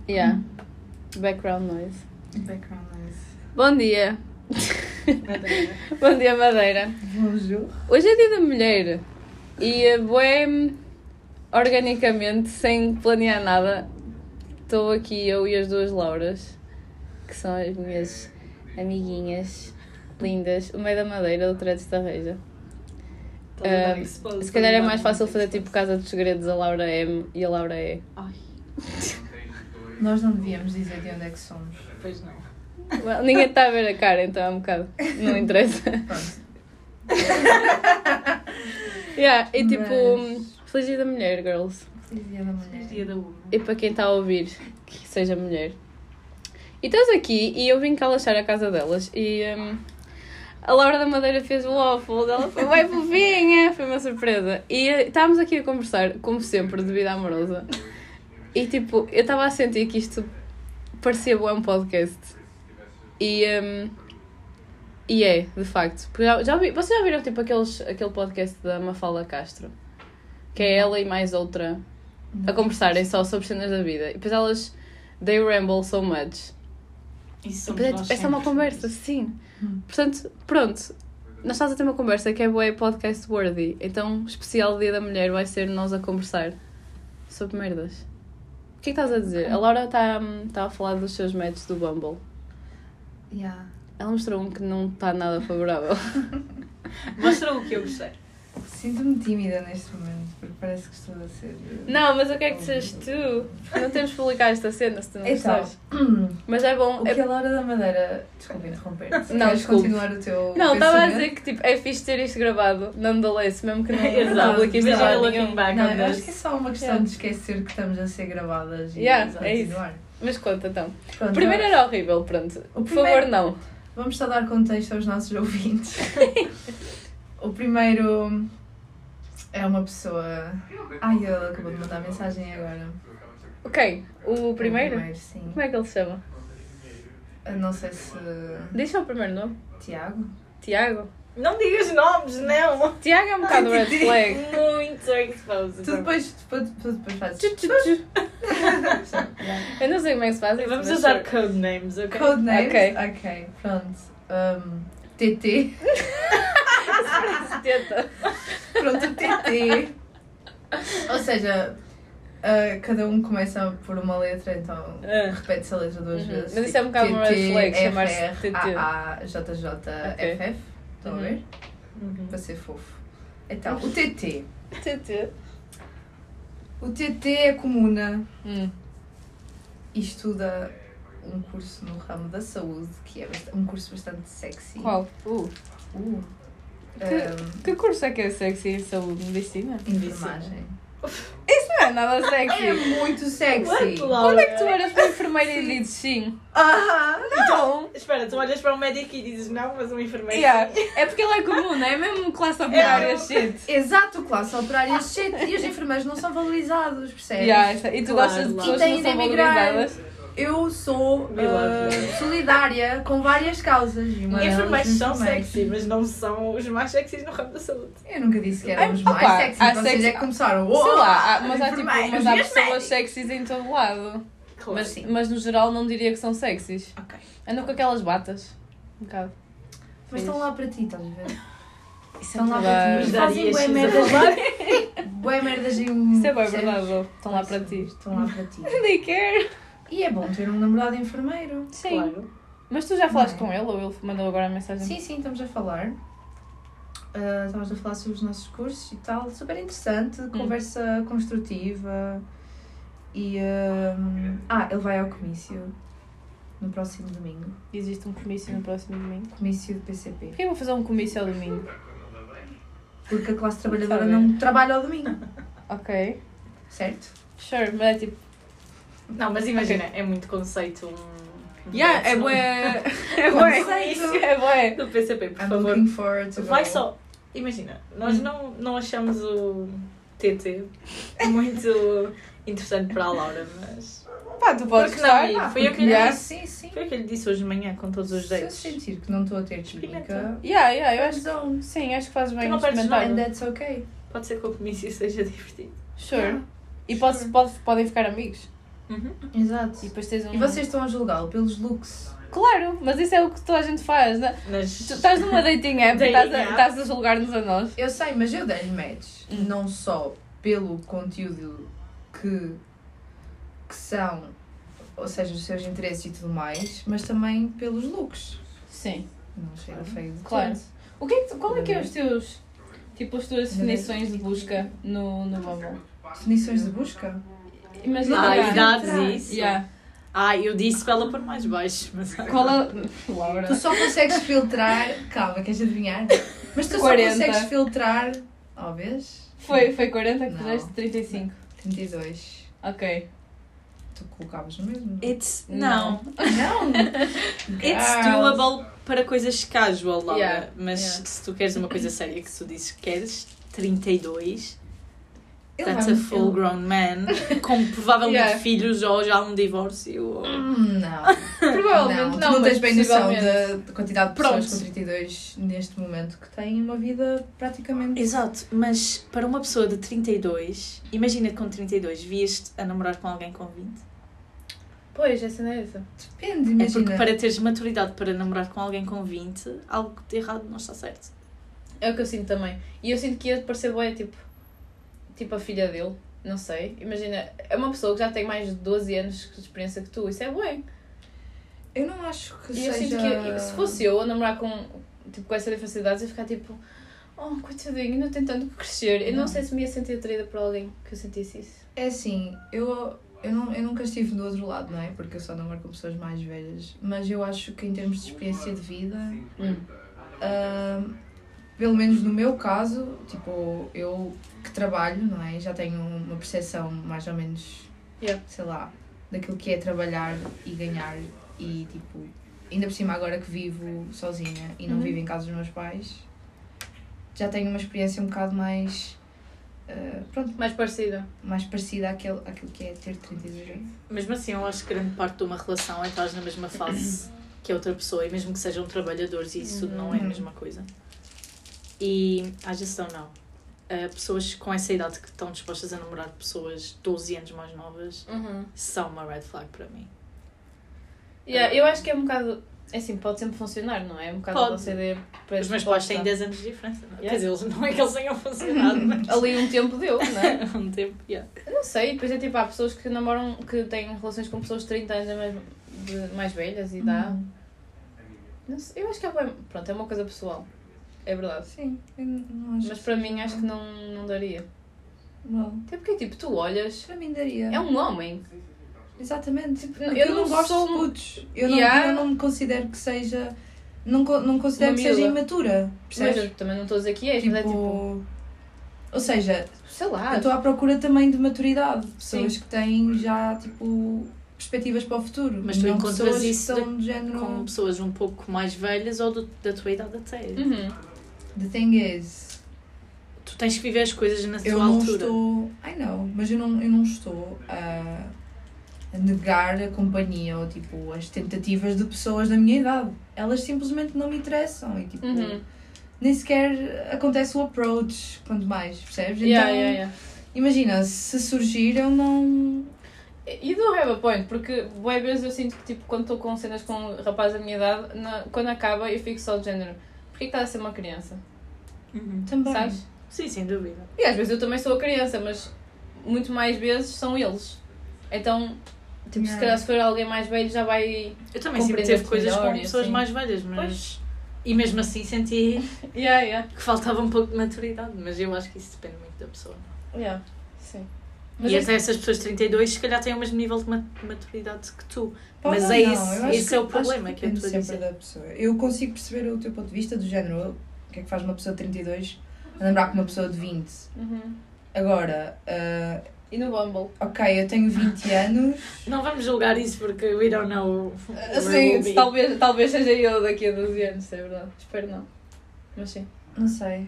Yeah. Background noise. Background noise. Bom dia. Madeira. Bom dia, Madeira. Bonjour. Hoje é dia da mulher. E bué, organicamente, sem planear nada, estou aqui eu e as duas Lauras, que são as minhas amiguinhas lindas, uma é da Madeira, outra é de Estarreja. Se calhar é mais fácil fazer tipo Casa dos Segredos, a Laura M e a Laura E. Ai, Nós não devíamos dizer de onde é que somos. pois não. Well, ninguém está a ver a cara, então é um bocado. Não interessa. Pronto. Yeah, e tipo, Mas- feliz dia da mulher, girls. Feliz dia da mulher. Feliz dia da Uma. E para quem está a ouvir, que seja mulher. E estás aqui e eu vim cá lachar a casa delas e a Laura da Madeira fez o waffle, ela foi bem fofinha, foi uma surpresa. E estávamos aqui a conversar, como sempre, de vida amorosa. E tipo, eu estava a sentir que isto parecia bom um podcast. E é, de facto. Porque vocês já viram tipo aquele podcast da Mafalda Castro? Que é ela e mais outra a conversarem só sobre cenas da vida. E depois elas, they ramble so much. Isso E depois é só uma conversa, sim. Portanto, pronto. Nós estamos a ter uma conversa que é bué podcast worthy. Então, o especial Dia da Mulher vai ser nós a conversar sobre merdas. O que é que estás a dizer? A Laura está a falar dos seus matches do Bumble. Yeah. Ela mostrou um que não está nada favorável. Mostrou o que eu gostei. Sinto-me tímida neste momento, porque parece que estou a ser... Não, mas eu quero que sejas tu. Não temos de publicar esta cena se tu não Então, gostares. Mas é bom. o que a Laura da Madeira... Desculpa interromper-te. Não, Queres desculpe. continuar o teu Não, estava a pensamento? dizer que tipo, é fixe ter isto gravado, nonetheless, mesmo que não Exato. publique isto Veja a ela lado nenhum. looking back Não, on eu acho this. que é só uma questão Yeah. de esquecer que estamos a ser gravadas e Yeah, a é isso. continuar. Mas conta então. Pronto, O primeiro era horrível, pronto. O Por favor, primeiro- não. Vamos só dar contexto aos nossos ouvintes. O primeiro é uma pessoa... Ai, ele acabou de mandar mensagem agora. Ok, o primeiro? Sim. Como é que ele se chama? Eu não sei se... Diz só o primeiro nome. Tiago? Tiago. Não digas nomes, não. Tiago é um bocado red flag. Muito exposed. Tu depois fazes... Tchu, tchu, tchu. Eu não sei como é que se faz isso. Vamos mas usar sure. codenames, ok? Codenames? Ok. Ok, pronto. TT. Parece teta. Pronto, TT. Ou seja, cada um começa por uma letra, então repete-se a letra duas Uhum. vezes. Mas isso é um bocado uma red flag, chamar-se TT. JJFF. Estão a ver? Uhum. Para ser fofo. Então, o TT. TT. O TT é comuna Hum. e estuda um curso no ramo da saúde, que é um curso bastante sexy. Qual? Que curso é que é sexy em saúde? Medicina? Enfermagem. Isso não é nada sexy. É muito sexy. What, Como Laura? é que tu olhas para a enfermeira e dizes sim? Ah, Então, Espera, tu olhas para o médico e dizes não, mas um enfermeiro... yeah. É porque ele é comum, não é? É mesmo classe operária shit. exato, classe operária shit. E os enfermeiros não são valorizados, percebes? Yeah, e tu Claro, gostas de claro. pessoas E que têm não de são emigrar. valorizadas? Eu sou We love you. solidária com várias causas. E uma delas, Enfermeiros são enfermeiros. sexy, mas não são os mais sexys no ramo da saúde. Eu nunca disse que Ai, éramos opa, mais sexy. há Vocês sexy- é que começaram. Sei lá, mas há, tipo, enfermeiros mas há e os pessoas médicos. sexys em todo lado. Claro. Mas no geral não diria que são sexys. Ok. Andam com aquelas batas. Um bocado. Mas estão lá para ti, estás a ver? Isso Estão lá para ti. Já Fazem darias bué X a merdas. falar. Bué merdas e Isso é bem percebes? verdade, Lô. Estão lá para ti. Estão lá para ti. They care. E é bom ter um namorado enfermeiro. Sim. Claro. Mas tu já falaste Não é? com ele ou ele mandou agora a mensagem? Sim, estamos a falar. Estamos a falar sobre os nossos cursos e tal. Super interessante, conversa construtiva. E. Ele vai ao comício no próximo domingo. Existe um comício no próximo domingo. Comício do PCP. Porquê eu vou fazer um comício ao domingo? Porque a classe trabalhadora Sabe. não trabalha ao domingo. Ok. Certo? Sure, mas é tipo... Não, mas imagina, é muito conceito Yeah, é bué... É bué. Conceito. É bué. do PCP, por I'm favor. looking forward to Vai go. só. Imagina, nós não achamos o TT muito interessante para a Laura, mas... Pá, tu podes Porque não, gostar. e foi eu que lhe Yeah. disse. Sim. Foi o que eu lhe disse hoje de manhã com todos os Se eu dates. sentir que não estou a ter química, Experimenta. Yeah, eu acho zone. que... Sim, acho que fazes bem Tu não em perdes experimentar. And that's okay. Pode ser que o comício seja divertido. Sure. Yeah. E podem ficar amigos. Exato. E depois tens um... E vocês estão a julgá-lo pelos looks. Claro, mas isso é o que toda a gente faz, não é? Mas... Tu estás numa dating app e Dating app. estás a julgar-nos a nós. Eu sei, mas eu dei-lhe match. Não só pelo conteúdo que são, ou seja, os seus interesses e tudo mais, mas também pelos looks. Sim, Não chega feio de claro. todo. O que é que, qual é que é os teus... Tipo, as tuas definições de busca no Bumble? Definições de busca? Imagina... idades atrás. e isso. Yeah. Eu disse para ela pôr mais baixo, mas... Qual é... Laura. Tu só consegues filtrar. Calma, queres adivinhar? Mas tu 40. só consegues filtrar. Ó, vês? Foi 40 que Não. fizeste 35. 32. Ok. Tu colocavas no mesmo? Não. Não! It's Girls. doable para coisas casual, Laura. Yeah, Mas yeah. se tu queres uma coisa séria que tu dizes que queres, 32, Ele that's vai- a full grown man, com provavelmente Yeah. filhos ou já um divórcio. Ou... Não. Provavelmente Tu não, não mas tens bem noção possivelmente. da quantidade de pessoas Pronto. com 32 neste momento que têm uma vida praticamente. Exato, mas para uma pessoa de 32, imagina que com 32 vias-te a namorar com alguém com 20. Pois, essa não é essa. Depende, É imagina. porque para teres maturidade para namorar com alguém com 20, algo de errado não está certo. É o que eu sinto também. E eu sinto que ia parecer boa, tipo a filha dele. Não sei. Imagina, é uma pessoa que já tem mais de 12 anos de experiência que tu. Isso é bué. Eu não acho que E eu seja. sinto que se fosse eu a namorar com essa diferença, ia ficar tipo... Oh, coitadinho, ainda tem tanto que crescer. Eu não sei se me ia sentir atraída por alguém que eu sentisse isso. É assim, eu nunca estive do outro lado, não é? Porque eu só namoro com pessoas mais velhas. Mas eu acho que em termos de experiência de vida, pelo menos no meu caso, tipo, eu que trabalho, não é? Já tenho uma percepção mais ou menos, Yeah. sei lá, daquilo que é trabalhar e ganhar. E tipo, ainda por cima agora que vivo sozinha e não vivo em casa dos meus pais, já tenho uma experiência um bocado mais, pronto, Mais parecida. mais parecida àquilo que é ter 32 anos. Mesmo assim, eu acho que grande parte de uma relação é estar na mesma fase que a outra pessoa, e mesmo que sejam trabalhadores, e isso tudo não é a mesma coisa. E I just don't know. Pessoas com essa idade que estão dispostas a namorar pessoas 12 anos mais novas são uma red flag para mim. Yeah, eu acho que é um bocado... É assim, pode sempre funcionar, não é? Um bocado Pode. a vossa ideia Os meus pais têm 10 anos de diferença. Não? Yeah. Quer dizer, eles não é que eles tenham funcionado, mas Ali um tempo deu, não é? um tempo, yeah. Eu não sei, depois é tipo, há pessoas que namoram, que têm relações com pessoas de 30 anos mais velhas e dá. Não sei, eu acho que pronto, é uma coisa pessoal. É verdade. Sim, eu não acho. Mas para mim acho que não daria. Não. Até porque tipo, tu olhas, Para mim daria. é um homem. Exatamente. Tipo, Porque eu eu não não gosto sou de um- putos. Yeah. Eu não me considero que seja. Não considero Uma que seja miúda. imatura. Mas Percebes? eu também não estou a dizer que és, mas é tipo, Ou seja, sei lá. eu estou à procura também de maturidade. Pessoas que têm já, tipo, perspectivas para o futuro. Mas tu não encontras pessoas que isso são de género. Com pessoas um pouco mais velhas ou da tua idade até. The thing is, Tu tens que viver as coisas na eu tua não altura. estou. I know, mas eu não estou a negar a companhia ou tipo as tentativas de pessoas da minha idade. Elas simplesmente não me interessam e tipo nem sequer acontece o approach, quanto mais, percebes? Então, imagina, se surgir eu não. E do have a point, porque boas vezes eu sinto que tipo, quando estou com cenas com rapazes da minha idade, quando acaba eu fico só de género, porquê que está a ser uma criança? Também. Sabes? Sim, sem dúvida. E às vezes eu também sou a criança, mas muito mais vezes são eles. Então, tipo, se calhar se for alguém mais velho já vai... Eu também sempre Compreender-te tive coisas melhor com e pessoas assim. mais velhas, mas... E mesmo assim senti que faltava um pouco de maturidade, mas eu acho que isso depende muito da pessoa. Sim. E até essas pessoas de 32 se calhar têm o mesmo nível de maturidade que tu. Pode Mas ou é não, isso, eu acho esse é o problema que eu depende estou a sempre dizer. da pessoa. Eu consigo perceber o teu ponto de vista do género. O que é que faz uma pessoa de 32 a namorar com uma pessoa de 20? Agora, E no Bumble? ok, eu tenho 20 anos. Não vamos julgar isso porque we don't know. Sim, talvez seja eu daqui a 12 anos, é verdade. Espero não. Mas sim. Não sei.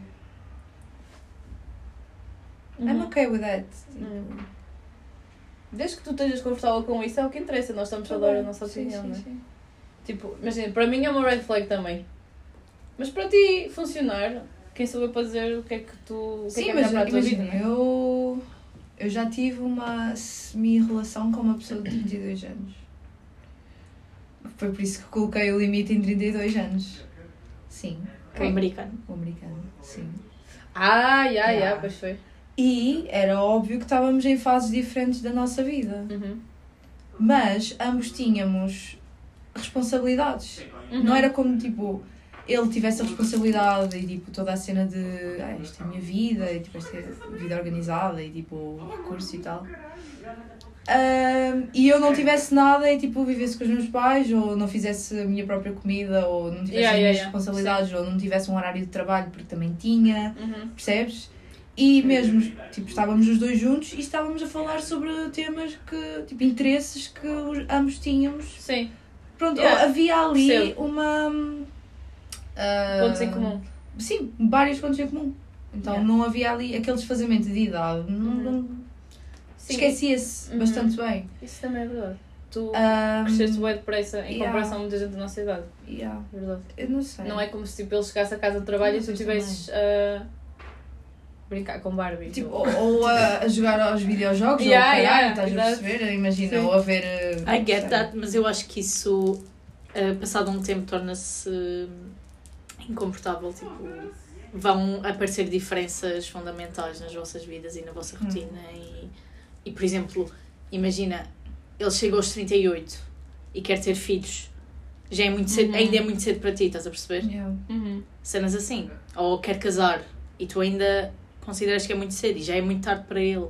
I'm okay with that. Tipo, Desde que tu estejas confortável com isso é o que interessa, nós estamos a dar a nossa sim, opinião, sim, não é? sim. Tipo, imagina, para mim é uma red flag também. Mas para ti funcionar, quem sou eu para dizer o que é que tu... O que é Sim, que é mas melhor para a tua vida, imagina, não é? Eu já tive uma semi-relação com uma pessoa de 32 anos. Foi por isso que coloquei o limite em 32 anos. Sim. O americano. O americano, sim. Pois foi. E era óbvio que estávamos em fases diferentes da nossa vida. Uhum. Mas ambos tínhamos responsabilidades. Uhum. Não era como, tipo, ele tivesse a responsabilidade e, tipo, toda a cena de esta é a minha vida e, tipo, esta é a vida organizada e, tipo, recurso e tal. E eu não tivesse nada e, tipo, vivesse com os meus pais ou não fizesse a minha própria comida ou não tivesse as minhas responsabilidades ou não tivesse um horário de trabalho porque também tinha, percebes? E mesmo, tipo, estávamos os dois juntos e estávamos a falar sobre temas que, tipo, interesses que ambos tínhamos. Sim. Pronto, havia ali Percebo. uma... Pontos em comum. Sim, vários pontos em comum. Então não havia ali aquele desfazamento de idade. Sim. Esquecia-se bastante bem. Isso também é verdade. Tu cresceste bem depressa em comparação a muita gente da nossa idade. Verdade. Eu não sei. Não é como se tipo, ele chegasse a casa de trabalho e tu estivesses a brincar com Barbie. Tipo, ou a jogar aos videojogos, ou caralho, estás a perceber? Imagina, Sim. ou a ver... I get that, mas eu acho que isso, passado um tempo, torna-se incomportável. Tipo, vão aparecer diferenças fundamentais nas vossas vidas e na vossa rotina. E, por exemplo, imagina, ele chega aos 38 e quer ter filhos. Já é muito cedo, ainda é muito cedo para ti, estás a perceber? Cenas assim. Ou quer casar e tu ainda consideras que é muito cedo e já é muito tarde para ele.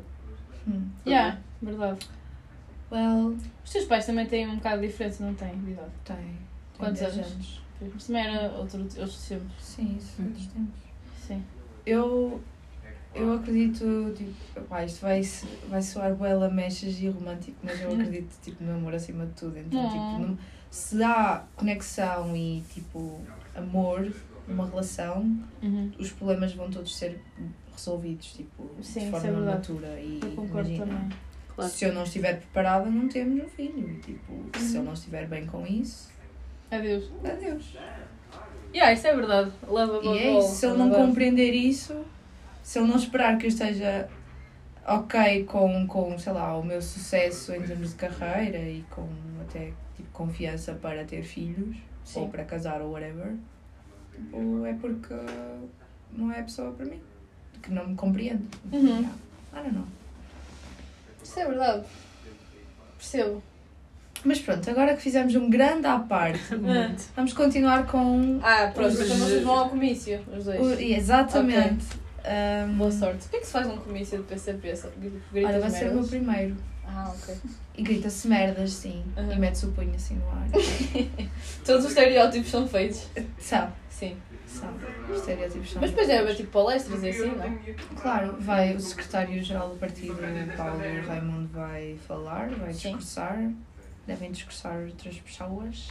Verdade. Well, Os teus pais também têm um bocado de diferença, não têm? De idade? tem. Quantos 10 anos? Mas também era outros tempos. Sim, isso, outros tempos. Sim. Eu acredito, tipo, pá, isto vai soar bué lamechas e romântico, mas eu acredito, tipo, no amor acima de tudo. Então, tipo, se há conexão e, tipo, amor numa relação, os problemas vão todos ser resolvidos, tipo, Sim, de isso é forma verdade. matura. E Eu concordo imagina, também. Claro. se eu não estiver preparada, não temos um filho. E, tipo, se eu não estiver bem com isso, Adeus. adeus. Isso é verdade. Leva E é isso, se ele não compreender isso, se ele não esperar que eu esteja ok com, sei lá, o meu sucesso em termos de carreira e com até tipo, confiança para ter filhos, ou para casar ou whatever, tipo, é porque não é a pessoa para mim, que não me compreende. I don't know. Isso é verdade. Percebo. Mas pronto, agora que fizemos um grande à parte, vamos continuar com... Pronto, então vocês vão ao comício, os dois. Exatamente. Boa sorte. O que é que se faz num comício de PCP? Gritas Olha, vai ser o meu merdas? primeiro. Ok. E grita-se merdas, sim. E mete-se o punho assim no ar. Todos os estereótipos são feitos. São. Sim. São. Os estereótipos são. Mas depois é tipo palestras e assim, não? Claro, vai o secretário-geral do partido, Paulo Raimundo, vai falar, vai discursar. Devem discursar outras pessoas.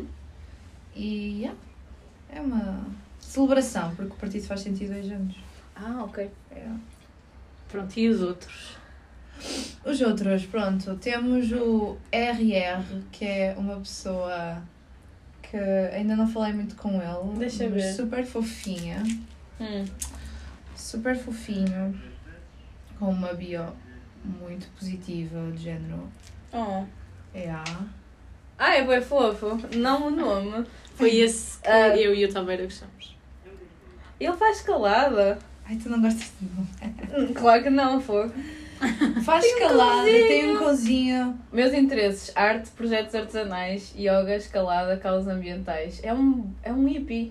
E é uma celebração, porque o partido faz 102 anos. Ok. Pronto, e os outros? Os outros, pronto, temos o RR, que é uma pessoa que ainda não falei muito com ele. Deixa mas ver. super fofinha. Super fofinho. Com uma bio muito positiva, de género. É bem fofo. Não o nome. Foi esse que eu e o Taveira gostamos. Ele faz escalada. Ai, tu não gostas de nome? Claro que não, fogo. Faz escalada, tem um cozinho. Meus interesses: arte, projetos artesanais, yoga, escalada, causas ambientais. É um hippie.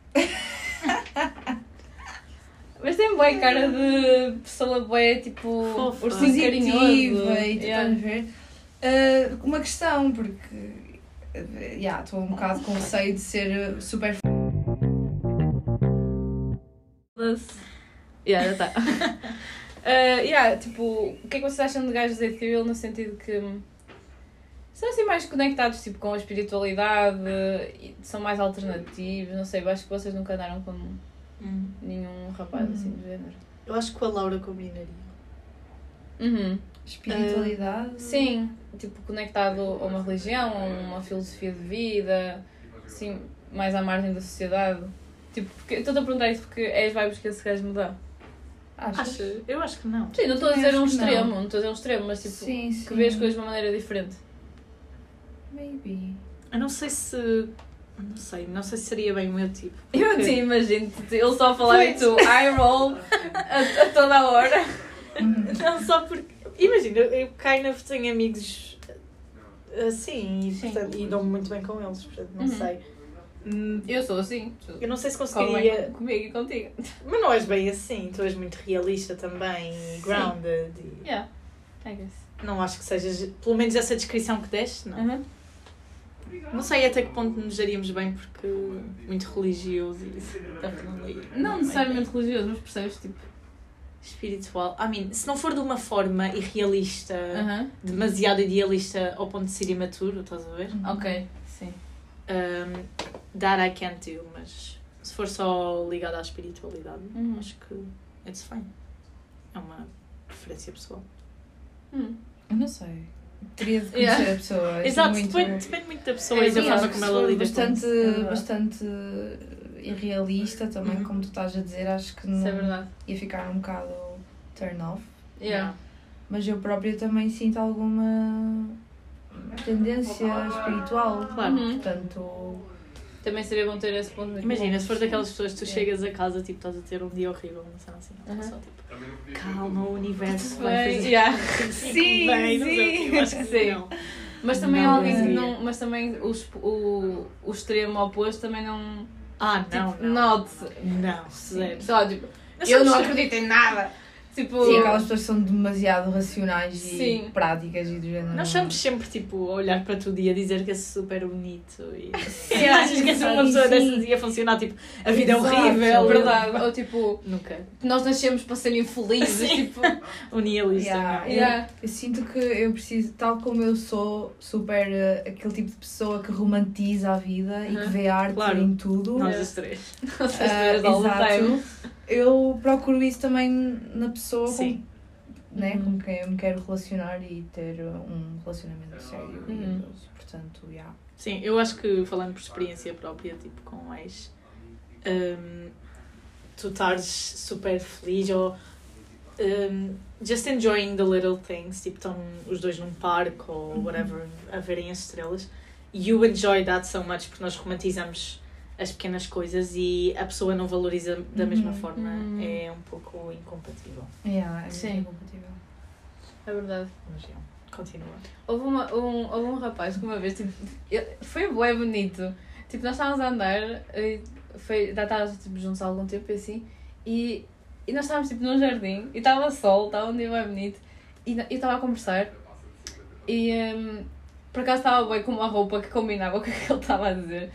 Mas tem boa cara de pessoa boa, tipo, Fofa. ursinho carinhoso. Positiva e tu estás a ver? Uma questão, porque estou um bocado com receio de ser super... Já está. Tipo, o que é que vocês acham de gajos ethereal no sentido que são assim mais conectados tipo, com a espiritualidade, e são mais alternativos, não sei, eu acho que vocês nunca andaram com nenhum rapaz assim do género. Eu acho que com a Laura combinaria. Espiritualidade? Sim, tipo, conectado a uma religião, a uma filosofia de vida, assim, mais à margem da sociedade. Tipo, porque estou-te a perguntar isso porque é as vibes que esse gajo me dá. Achas? Eu acho que não. Sim, não estou a Também dizer um acho que não. extremo, não estou a dizer um extremo, mas tipo, Sim, sim. que vê as coisas de uma maneira diferente. Maybe. Eu não sei se... Não sei se seria bem o meu tipo. Eu porque- te imagino, ele só a falar e tu eye roll a toda a hora. Não, só porque... Imagina, eu kind of tenho amigos assim Sim. e dou-me muito bem com eles, portanto, não Uhum. sei. Eu sou assim. Eu não sei se Corre conseguiria... bem comigo e contigo. Mas não és bem assim, tu és muito realista também e Sim. grounded. E Yeah, I guess. não acho que sejas, pelo menos essa descrição que deste, não. Uhum. Não sei até que ponto nos daríamos bem porque muito religioso e isso, definitely Não é necessariamente religioso, mas percebes, tipo... espiritual. Se não for de uma forma irrealista, Aham. demasiado idealista ao ponto de ser imaturo, estás a ver? Ok, sim. That I can't do, mas se for só ligado à espiritualidade, Uhum. acho que it's fine. É uma preferência pessoal. Eu não sei. Teria de conhecer Yeah. a pessoa. Isso Exato, é muito... depende muito da pessoa É, e da sim, forma acho que como se ela for lida com bastante, isso. bastante irrealista também, Uhum. como tu estás a dizer, acho que não Isso é verdade. ia ficar um bocado turn off. Yeah. Mas eu própria também sinto alguma tendência espiritual. Claro. Uhum. Portanto, Também seria bom ter esse ponto de Imagina, se for daquelas pessoas que tu Yeah. chegas a casa, tipo, estás a ter um dia horrível, não sei assim, não, Uhum. só tipo, calma, o universo Tudo vai bem. fazer Yeah. sim, bem, não sei o quê, eu acho que Sim. não. Mas também Não alguém que diria. não. Mas também o extremo oposto também não. Ah, não, Tipo, não. note. Não, zero. Só tipo, Nós eu não somos- acredito em nada. Tipo. sim, aquelas pessoas que são demasiado racionais Sim. e práticas e do género. Nós estamos sempre, tipo, a olhar para tudo e a dizer que é super bonito e... Sim, e achas que é uma pessoa sim. dessas ia funcionar, tipo, a vida é Exato. horrível. Verdade. Ou tipo, Nunca. nós nascemos para ser infelizes. Sim. Tipo. O nihilista, Yeah. não. Yeah. Eu sinto que eu preciso, tal como eu sou, super aquele tipo de pessoa que romantiza a vida e que Uhum. vê arte Claro. em tudo. Nós Yeah. os três. Vocês três all the time. Eu procuro isso também na pessoa Sim. né, Uhum. com quem eu me quero relacionar e ter um relacionamento sério. E, Uhum. portanto, yeah. Sim, eu acho que, falando por experiência própria, tipo, com ex, tu estares super feliz ou just enjoying the little things, tipo, estão os dois num parque ou whatever, a verem as estrelas, you enjoy that so much porque nós romantizamos as pequenas coisas e a pessoa não valoriza da mesma Uhum. forma, Uhum. é um pouco incompatível. Yeah, é Sim. muito incompatível. É verdade. Mas, yeah, continua. Houve um rapaz que uma vez, tipo, foi bué bonito. Tipo, nós estávamos a andar, já estávamos tipo, juntos há algum tempo e assim, e nós estávamos tipo num jardim, e estava sol, estava um dia bem bonito, e eu estava a conversar, e por acaso estava bem com uma roupa que combinava com o que ele estava a dizer.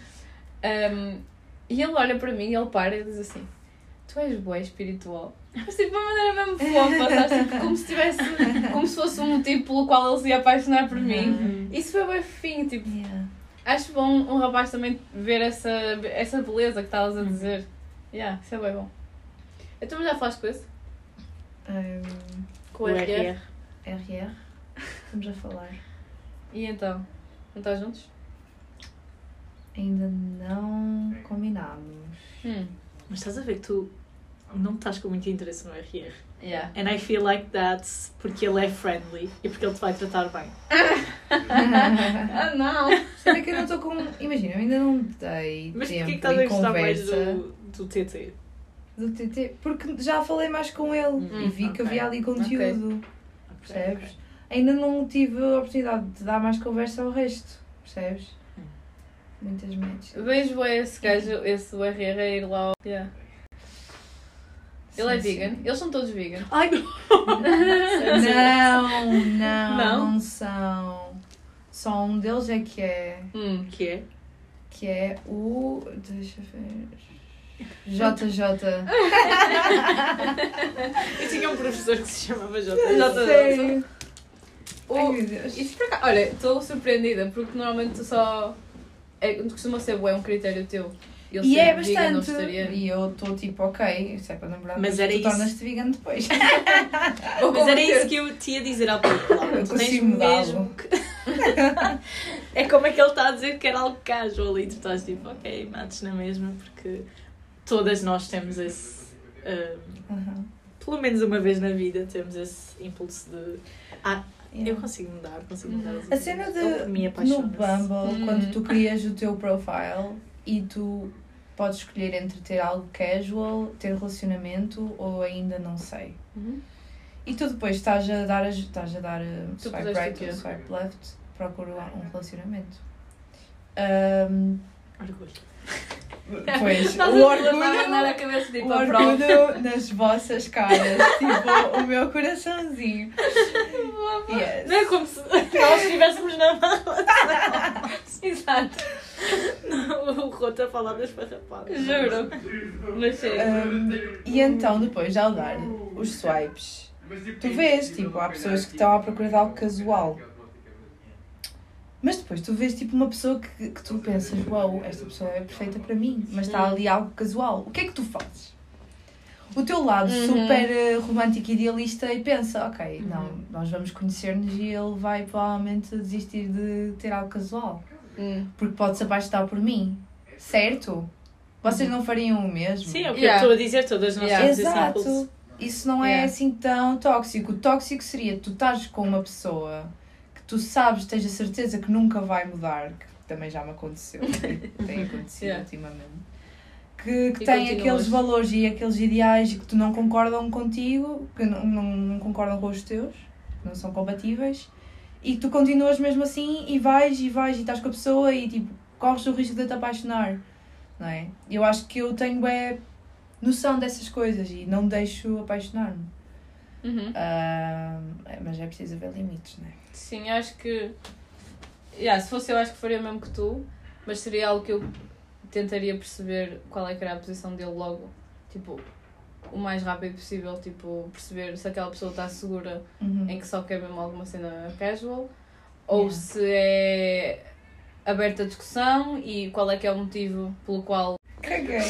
E ele olha para mim e ele para e diz assim: tu és bué espiritual. Mas tipo, de uma maneira mesmo fofa, sabes? Tipo, como se fosse um motivo pelo qual ele se ia apaixonar por mim. Isso foi bem fofinho, tipo, Yeah. acho bom um rapaz também ver essa beleza que estavas a dizer. Yeah, isso é bem bom. Então já falaste com esse? Com o RR? RR. Vamos a falar. E então? Não estás juntos? Ainda não combinámos. Mas estás a ver que tu não estás com muito interesse no RR. Yeah. And I feel like that's porque ele é friendly e porque ele te vai tratar bem. Ah, não! Sabe que eu não estou com. Imagina, eu ainda não dei Mas porquê tempo que estás a e gostar mais conversa do TT? do TT. Porque já falei mais com ele e vi que ok. havia ali conteúdo. Percebes? Ainda não tive a oportunidade de dar mais conversa ao resto. Percebes? Muitas matches. Vejo esse gajo, esse RR a ir lá. Yeah. Ele é Sim, sim. vegan? Eles são todos vegan. Ai, Não são. Só um deles é que é o. Deixa eu ver. JJ. eu tinha um professor que se chamava J. Sério? O- Ai meu Deus. Isso por acaso, olha, estou surpreendida porque normalmente tu só. Costuma ser bué um critério teu. Ele E ser é vegan ou bastante. vegetariano. E eu estou tipo, ok, isso é para namorar, Mas era tu isso. tornas-te vegan depois. Mas era isso que eu te ia dizer há pouco, Laura. Eu Tu tens consigo mudá-lo. mesmo que... é como é que ele está a dizer que era algo casual e tu estás tipo, ok, mates na mesma, porque todas nós temos esse... Aham. pelo menos uma vez na vida, temos esse impulso de... Yeah. Eu consigo mudar A cena de me no apaixona. Bumble, quando tu crias o teu profile e tu podes escolher entre ter algo casual, ter relacionamento ou ainda não sei. E tu depois estás a dar swipe right ou swipe left, procura um relacionamento. Orgulho. Pois, Nós o a andar a cabeça tipo o a prova. orgulho nas vossas caras, tipo o meu coraçãozinho. Yes. Não é como se nós estivéssemos na mala. Exato. O Rota a falar das farrapadas. Juro. Mas sim. E então depois, ao dar os swipes, tu vês, tipo, há pessoas que estão à procura de algo casual. Mas depois tu vês tipo uma pessoa que tu pensas, uau, esta pessoa é perfeita para mim, mas está ali algo casual. O que é que tu fazes? O teu lado super romântico e idealista e pensa, ok, não, nós vamos conhecer-nos e ele vai provavelmente desistir de ter algo casual. Porque pode se apaixonar por mim. Certo? Vocês não fariam o mesmo? Sim, é o que eu estou a dizer, todas nós temos esse impulso. Exato. Isso não é assim tão tóxico. O tóxico seria tu estás com uma pessoa que tu sabes, tens a certeza que nunca vai mudar, que também já me aconteceu, tem acontecido ultimamente. Que tem aqueles valores e aqueles ideais que tu não concordam contigo, que não concordam com os teus, não são compatíveis, e que tu continuas mesmo assim e vais e estás com a pessoa e tipo, corres o risco de te apaixonar, não é? Eu acho que eu tenho noção dessas coisas e não deixo apaixonar-me. Mas é preciso haver limites, não é? Sim, acho que... se fosse eu, acho que faria o mesmo que tu, mas seria algo que eu tentaria perceber qual é que era a posição dele logo, tipo, o mais rápido possível, tipo, perceber se aquela pessoa está segura em que só quer mesmo alguma cena casual, ou se é aberta a discussão e qual é que é o motivo pelo qual... Caguei.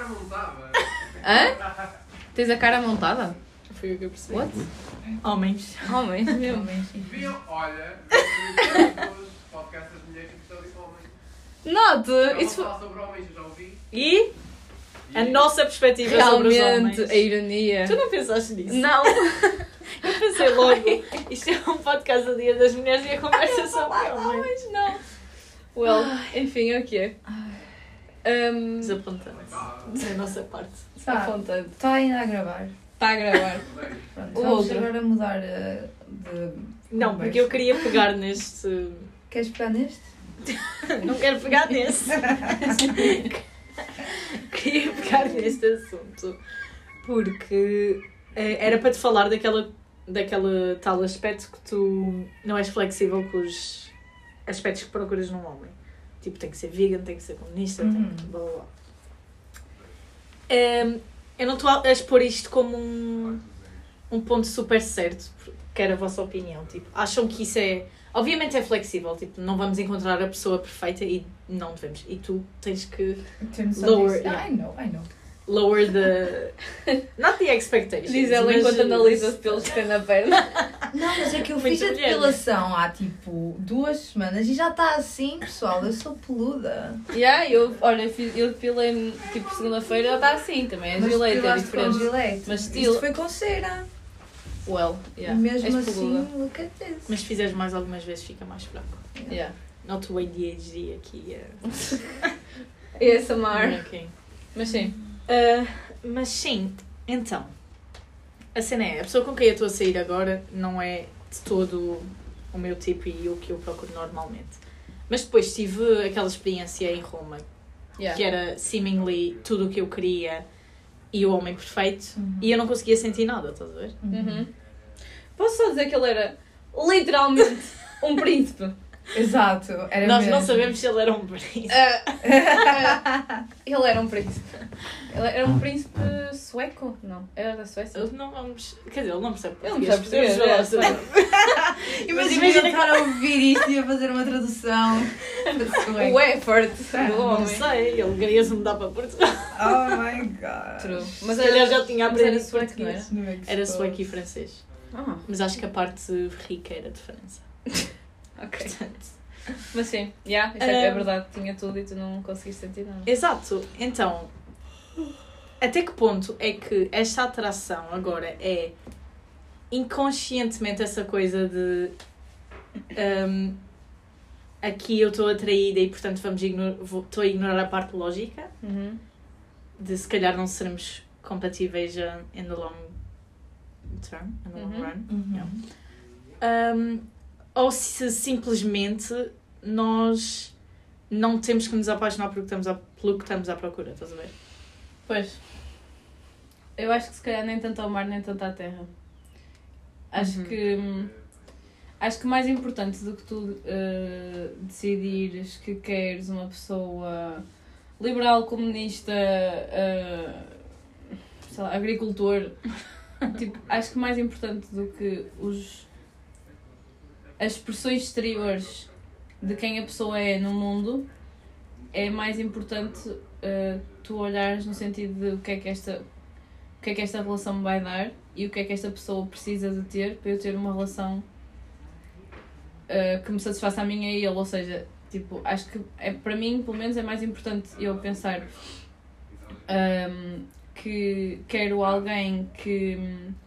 Hã? Tens a cara montada? Foi o que eu percebi. What? Homens. Homens mesmo. Viam, olha, os podcasts das mulheres que estão de homens. Note! Isso falar sobre homens, eu já ouvi. E a nossa perspectiva sobre os Realmente, homens. a ironia. Tu não pensaste nisso? Não! Eu pensei logo, isto é um podcast do Dia das Mulheres e a conversa sobre homens. Não! Well, enfim, é o que é. Desapontante. Da nossa parte. Apontando. Está ainda a gravar. Está a gravar. Pronto, O vamos outro. agora mudar de... Não, porque eu queria pegar neste... Queres pegar neste? Não quero pegar nesse. Queria pegar neste assunto. Porque era para te falar daquela tal aspecto que tu não és flexível com os aspectos que procuras num homem. Tipo, tem que ser vegan, tem que ser comunista, tem que... blá blá blá. Eu não estou a expor isto como um ponto super certo, que era a vossa opinião. Tipo, acham que isso é... Obviamente é flexível, tipo, não vamos encontrar a pessoa perfeita e não devemos. E tu tens que lower... I know. Lower the... Not the expectations. Diz ela mas- enquanto analisa os pelos que tem na perna. Não, mas é que eu Muito fiz a mulher. depilação há tipo 2 semanas e já está assim, pessoal. Eu sou peluda. Eu depilei-me tipo segunda-feira, ela está assim também. É gilete, é depilaste com diferente. gilete. Mas Isto estilo. foi com cera. Well, E mesmo és assim, peluda. look at this. Mas se fizeres mais algumas vezes fica mais fraco. Yeah. Not o ADHD aqui. ASMR. Okay. Mas sim. Mas sim, então, a cena é, a pessoa com quem eu estou a sair agora não é de todo o meu tipo e o que eu procuro normalmente. Mas depois tive aquela experiência em Roma, que era seemingly tudo o que eu queria e o homem perfeito, e eu não conseguia sentir nada, estás a ver? Posso só dizer que ele era literalmente um príncipe? Exato. Era Nós mesmo. não sabemos se ele era um príncipe. Ele era um príncipe. Ele era um príncipe sueco? Não, era da Suécia. Não vamos... Quer dizer, ele não percebe Ele não português. percebe podemos português, falar sobre- Imagina estar a ouvir isto e a fazer uma tradução. O effort do Não homem. sei, ele queria-se mudar para Portugal. Oh my god. True. Mas se calhar já tinha mas era aprendido sueco, não era? português. Era sueco e francês. Ah, Mas acho que a parte rica era de França. ok. Portanto, Mas sim, isso é verdade, tinha tudo e tu não conseguiste sentir nada. exato. Então, até que ponto é que esta atração agora é inconscientemente essa coisa de aqui eu estou atraída e portanto estou a ignorar a parte lógica de se calhar não sermos compatíveis in the long term, in the long run. Ou se simplesmente nós não temos que nos apaixonar pelo que estamos à procura, estás a ver? Pois. Eu acho que se calhar nem tanto ao mar, nem tanto à terra. Acho que mais importante do que tu decidires que queres uma pessoa liberal, comunista, sei lá, agricultor, tipo, acho que mais importante do que as expressões exteriores de quem a pessoa é no mundo, é mais importante tu olhares no sentido de o que é que esta relação me vai dar e o que é que esta pessoa precisa de ter para eu ter uma relação que me satisfaça a mim e a ele. Ou seja, tipo, acho que para mim, pelo menos, é mais importante eu pensar que quero alguém que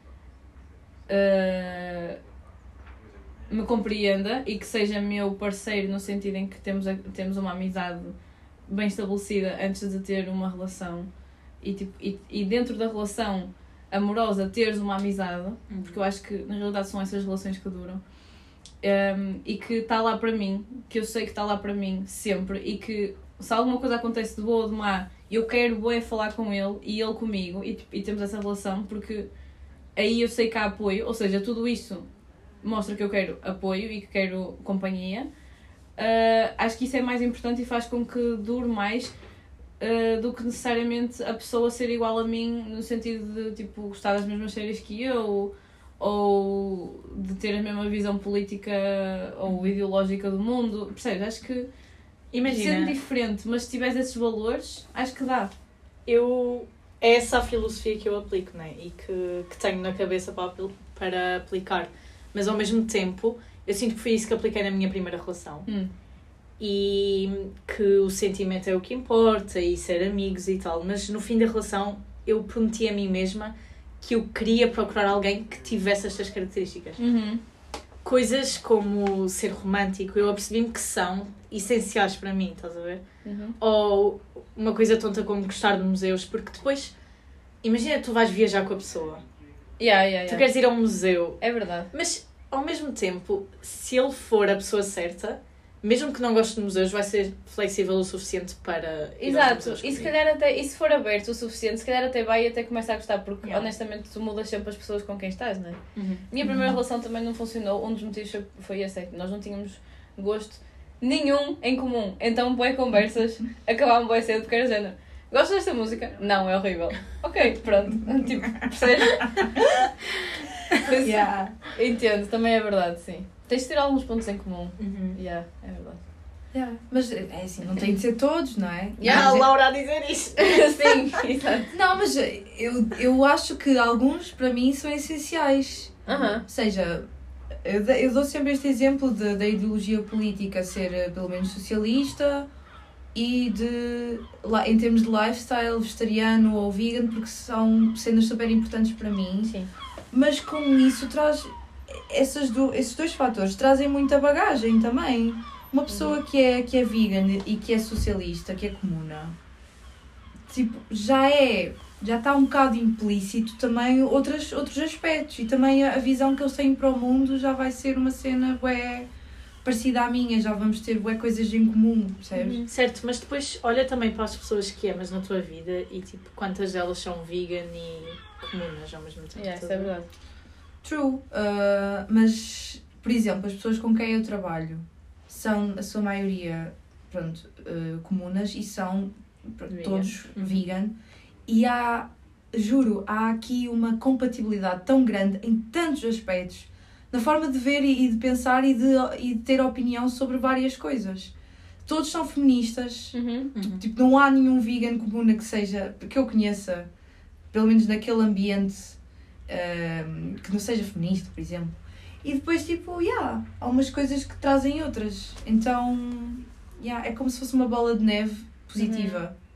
me compreenda e que seja meu parceiro, no sentido em que temos uma amizade bem estabelecida antes de ter uma relação e dentro da relação amorosa teres uma amizade, porque eu acho que na realidade são essas relações que duram, e que está lá para mim, que eu sei que está lá para mim sempre, e que se alguma coisa acontece de boa ou de má, eu quero falar com ele e ele comigo e temos essa relação, porque aí eu sei que há apoio, ou seja, tudo isso mostra que eu quero apoio e que quero companhia. Acho que isso é mais importante e faz com que dure mais do que necessariamente a pessoa ser igual a mim, no sentido de tipo, gostar das mesmas séries que eu, ou de ter a mesma visão política ou ideológica do mundo. Percebes? Acho que imagina, sendo diferente, mas se tiveres esses valores, acho que dá. É essa a filosofia que eu aplico, né? E que tenho na cabeça para aplicar. Mas ao mesmo tempo, eu sinto que foi isso que apliquei na minha primeira relação. E que o sentimento é o que importa, e ser amigos e tal. Mas no fim da relação, eu prometi a mim mesma que eu queria procurar alguém que tivesse estas características. Coisas como ser romântico, eu apercebi-me que são essenciais para mim, estás a ver? Ou uma coisa tonta como gostar de museus, porque depois, imagina, tu vais viajar com a pessoa. Tu queres ir a um museu. É verdade. Mas, ao mesmo tempo, se ele for a pessoa certa, mesmo que não goste de museus, vai ser flexível o suficiente para... Exato. E se calhar até, e se for aberto o suficiente, se calhar até vai e até começa a gostar, porque honestamente tu mudas sempre as pessoas com quem estás, não é? Minha primeira relação também não funcionou, um dos motivos foi esse, é que nós não tínhamos gosto nenhum em comum. Então, bué conversas, acabavam bué cedo, porque era género. Gostas desta música? Não, é horrível. Ok, pronto. Tipo, percebes? Entendo, também é verdade, sim. Tens de ter alguns pontos em comum. É verdade. Mas é assim, não tem de ser todos, não é? A Laura a dizer isto. Sim, exato. Não, mas eu acho que alguns, para mim, são essenciais. Ou seja, eu dou sempre este exemplo da ideologia política ser, pelo menos, socialista e em termos de lifestyle, vegetariano ou vegan, porque são cenas super importantes para mim. Sim. Mas com isso traz... esses dois fatores trazem muita bagagem também. Uma pessoa que é vegan e que é socialista, que é comuna, tipo, já está um bocado implícito também outros aspectos, e também a visão que eles têm para o mundo já vai ser uma cena bué parecida à minha, já vamos ter bué coisas em comum, percebes? Certo, mas depois olha também para as pessoas que amas na tua vida e tipo, quantas delas são vegan e comunas ao mesmo tempo. Isso é verdade. True, mas, por exemplo, as pessoas com quem eu trabalho são, a sua maioria, comunas e são todos vegan. E juro, há aqui uma compatibilidade tão grande em tantos aspectos, na forma de ver e de pensar e de ter opinião sobre várias coisas. Todos são feministas, tipo, não há nenhum vegan comuna que eu conheça, pelo menos naquele ambiente, que não seja feminista, por exemplo. E depois, tipo, há umas coisas que trazem outras. Então, é como se fosse uma bola de neve positiva.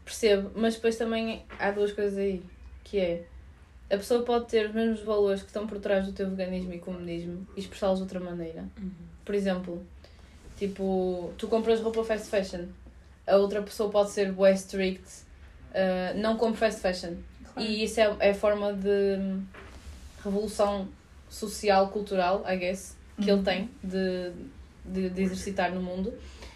percebo, mas depois também há duas coisas aí, que é, a pessoa pode ter os mesmos valores que estão por trás do teu veganismo e comunismo e expressá-los de outra maneira. Por exemplo, tipo, tu compras roupa fast fashion, a outra pessoa pode ser bué strict, não compra fast fashion. Claro. E isso é a forma de revolução social, cultural, I guess, que ele tem de exercitar no mundo.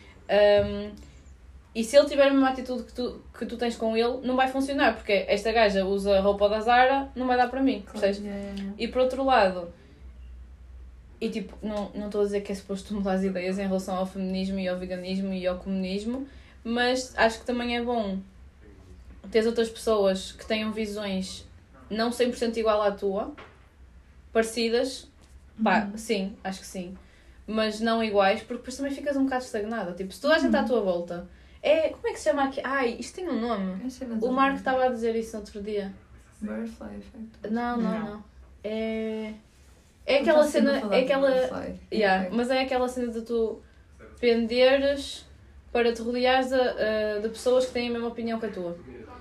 E se ele tiver a mesma atitude que tu tens com ele, não vai funcionar, porque esta gaja usa roupa da Zara, não vai dar para mim, percebes? E por outro lado, e tipo, não estou a dizer que é suposto mudar as ideias em relação ao feminismo e ao veganismo e ao comunismo, mas acho que também é bom ter outras pessoas que tenham visões não 100% igual à tua, parecidas, pá, sim, acho que sim, mas não iguais, porque depois também ficas um bocado estagnada. Tipo, se toda a gente à tua volta como é que se chama aqui? Ai, isto tem um nome. O Marco estava a dizer isso no outro dia. Butterfly Effect. Não. É aquela cena. É aquela. Mas é aquela cena de tu penderes para te rodeares de pessoas que têm a mesma opinião que a tua.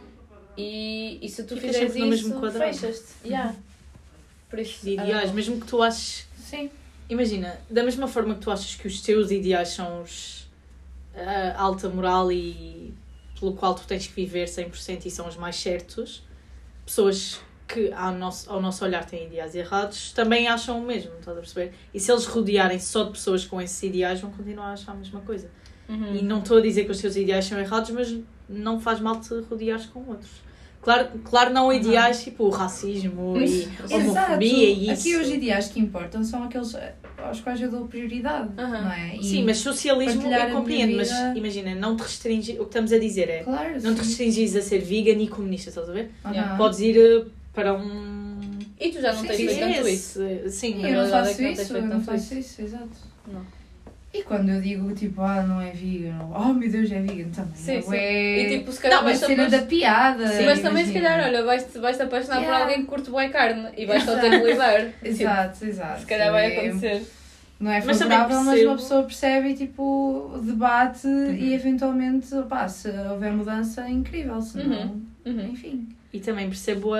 E se tu Ficas fizeres sempre no mesmo isso, quadrado. fechas-te. Por isso, De ideais, mesmo que tu aches... Sim. Imagina, da mesma forma que tu achas que os teus ideais são os a alta moral e pelo qual tu tens que viver 100% e são os mais certos, pessoas que ao nosso olhar têm ideais errados também acham o mesmo, estás a perceber? E se eles rodearem só de pessoas com esses ideais, vão continuar a achar a mesma coisa. E não estou a dizer que os teus ideais são errados, mas não faz mal te rodeares com outros. Claro não ideais tipo o racismo e homofobia e isso. Aqui os ideais que importam são aqueles aos quais eu dou prioridade, não é? E sim, mas socialismo eu compreendo, mas vida... imagina, não te restringir, o que estamos a dizer é, claro, não te restringires a ser vegan e comunista, estás a ver? Podes ir para um... E tu já não tens feito tanto isso. Sim, eu não faço não isso, tens eu não feito faço isso, exato. Não. E quando eu digo, tipo, não é vegan, oh meu Deus, é vegan também. Sim. E tipo, se calhar não, mas cena da piada. Sim, mas também se calhar, olha, vais-te apaixonar por alguém que curte bué carne e vais só ter que lidar. Exato. Se calhar vai acontecer. Não é mas favorável, mas uma pessoa percebe e tipo, debate e eventualmente, se houver mudança, é incrível, senão, enfim. E também percebo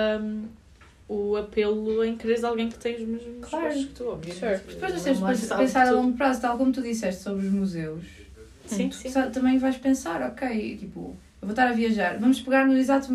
o apelo em quereres alguém que tem os mesmos gostos que tu, obviamente. Depois nós temos de pensar a longo prazo, tal como tu disseste sobre os museus. Sim. Também vais pensar, ok, tipo, eu vou estar a viajar, vamos pegar no exato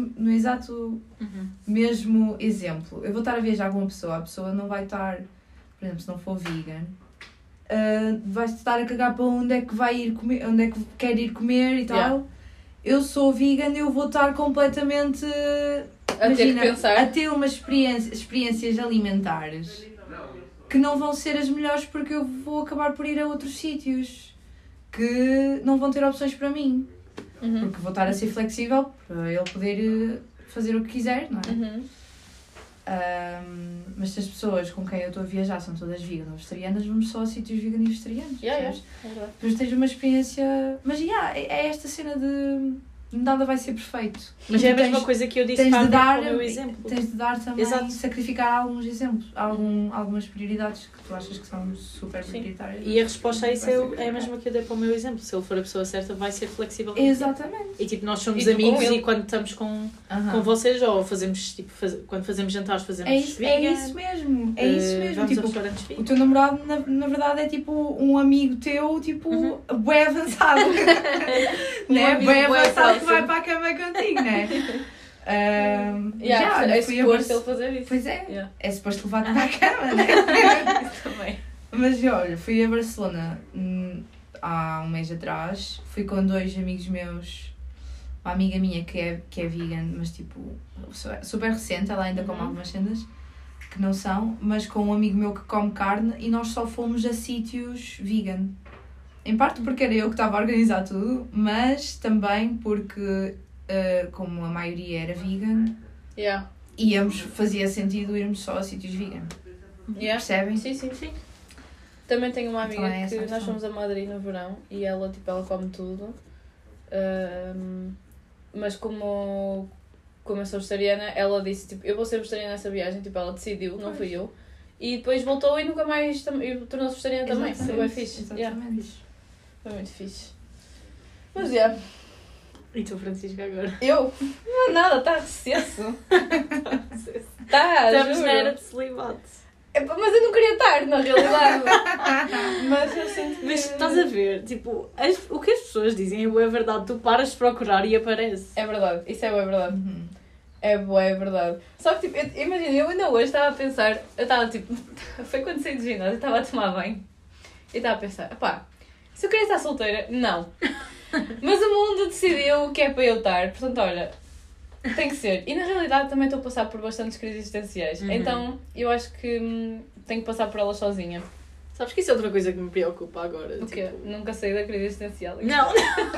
mesmo exemplo. Eu vou estar a viajar com uma pessoa, a pessoa não vai estar, por exemplo, se não for vegan, vai estar a cagar para onde é que vai ir comer, onde é que quer ir comer e tal. Eu sou vegan, eu vou estar completamente... a ter umas experiências alimentares que não vão ser as melhores porque eu vou acabar por ir a outros sítios que não vão ter opções para mim. Porque vou estar a ser flexível para ele poder fazer o que quiser, não é? Mas se as pessoas com quem eu estou a viajar são todas veganas ou vegetarianas, vamos só a sítios veganos e vegetarianos. Depois tens uma experiência... Mas é esta cena de... Nada vai ser perfeito. Mas é a mesma coisa que eu disse para o meu exemplo. Tens de dar também, sacrificar alguns exemplos, algumas prioridades que tu achas que são super prioritárias. E a resposta a isso é a mesma que eu dei para o meu exemplo. Se ele for a pessoa certa, vai ser flexível. Exatamente. E tipo, nós somos amigos e quando estamos com vocês, ou fazemos, tipo, quando fazemos jantares, fazemos vegan. É isso mesmo. Vamos tipo, a restaurantes vegan. O teu namorado, na verdade, é tipo um amigo teu, tipo, bué avançado. Né? Bué avançado. Vai para a cama contigo, não é? É suposto ele fazer isso. Pois é, é suposto levar-te para a cama, não é? Também. Mas olha, fui a Barcelona há um mês atrás, fui com 2 amigos meus, uma amiga minha que é vegan, mas tipo, super recente, ela ainda come algumas cenas que não são, mas com um amigo meu que come carne e nós só fomos a sítios vegan. Em parte porque era eu que estava a organizar tudo, mas também porque, como a maioria era vegan, fazia sentido irmos só a sítios vegan. Percebem? Sim. Também tenho uma amiga que nós fomos a Madrid no verão e ela come tudo. Mas como eu sou vegetariana, ela disse, tipo, eu vou ser vegetariana nessa viagem, tipo, ela decidiu, não fui eu. E depois voltou e nunca mais tornou-se vegetariana também. Foi bem fixe. Exatamente. Foi muito fixe. Mas E tu, Francisca, agora? Eu? Não, nada, está recesso. Está, Estamos juro. na era de celibato. Mas eu não queria estar, na realidade. Mas eu sinto que... Mas estás a ver, tipo, o que as pessoas dizem é verdade. Tu paras de procurar e aparece. É verdade, isso é bué verdade. Uhum. É bué verdade. Só que, tipo, imagina, eu ainda hoje estava a pensar... Eu estava, tipo... Foi quando saí do ginásio, eu estava a tomar banho. E estava a pensar, pá, se eu queria estar solteira, não. Mas o mundo decidiu que é para eu estar. Portanto, olha, tem que ser. E na realidade também estou a passar por bastantes crises existenciais. Uhum. Então, eu acho que tenho que passar por elas sozinha. Sabes que isso é outra coisa que me preocupa agora. O quê? Tipo... Nunca saí da crise existencial. Não.